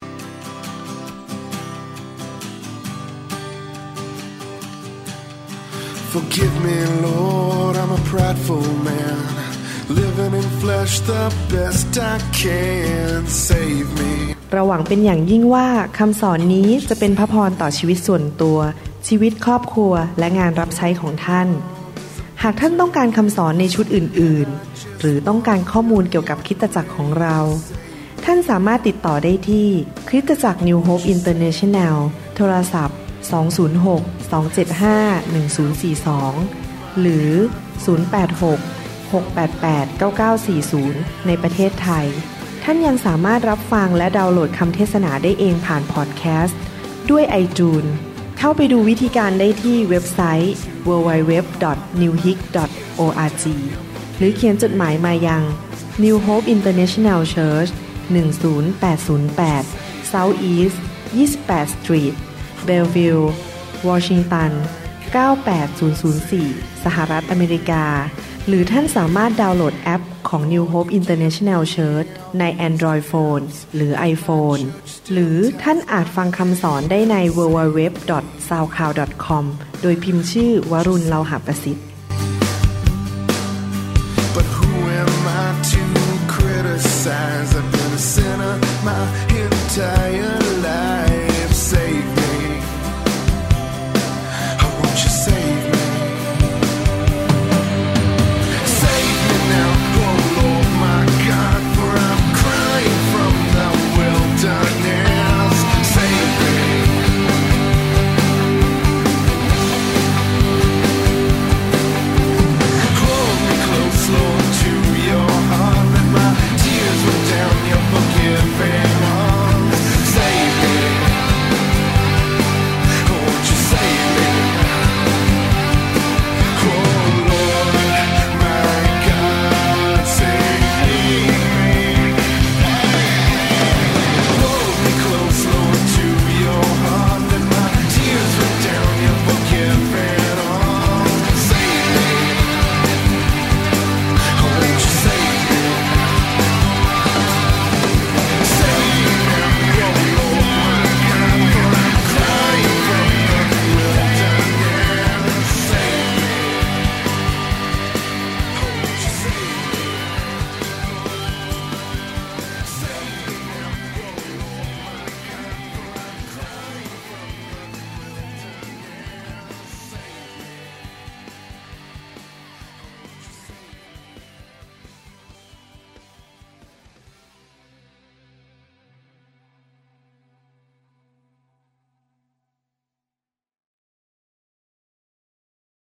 Forgive me, Lord, I'm a prideful man, living in flesh the best I can. Save me. เราหวังเป็นอย่างยิ่งว่าคำสอนนี้จะเป็นพระพรต่อชีวิตส่วนตัวชีวิตครอบครัวและงานรับใช้ของท่านหากท่านต้องการคำสอนในชุดอื่นๆหรือต้องการข้อมูลเกี่ยวกับคริสตจักรของเราท่านสามารถติดต่อได้ที่คริสตจักร New Hope International โทรศัพท์สอง ศูนย์ หก สอง เจ็ด ห้า หนึ่ง ศูนย์ สี่ สองหรือศูนย์ แปด หก หก แปด แปด เก้า เก้า สี่ ศูนย์ในประเทศไทยท่านยังสามารถรับฟังและดาวน์โหลดคำเทศนาได้เองผ่านพอดแคสต์ด้วย iTunes เข้าไปดูวิธีการได้ที่เว็บไซต์ ดับเบิลยู ดับเบิลยู ดับเบิลยู ดอท นิว โฮป ดอท โอ อาร์ จี หรือเขียนจดหมายมายัง New Hope International Church หนึ่ง ศูนย์ แปด ศูนย์ แปด South East ยี่สิบแปด Street Bellevue Washington เก้า แปด ศูนย์ ศูนย์ สี่ สหรัฐอเมริกาหรือท่านสามารถดาวน์โหลดแอปของ New Hope International Church ใน Android Phone หรือ iPhone หรือท่านอาจฟังคำสอนได้ใน ดับเบิลยู ดับเบิลยู ดับเบิลยู ดอท ซาวด์คลาวด์ ดอท คอม โดยพิมพ์ชื่อวรุณ เลาหะประสิทธิ์ But who am I to criticize? I've been a sinner my entire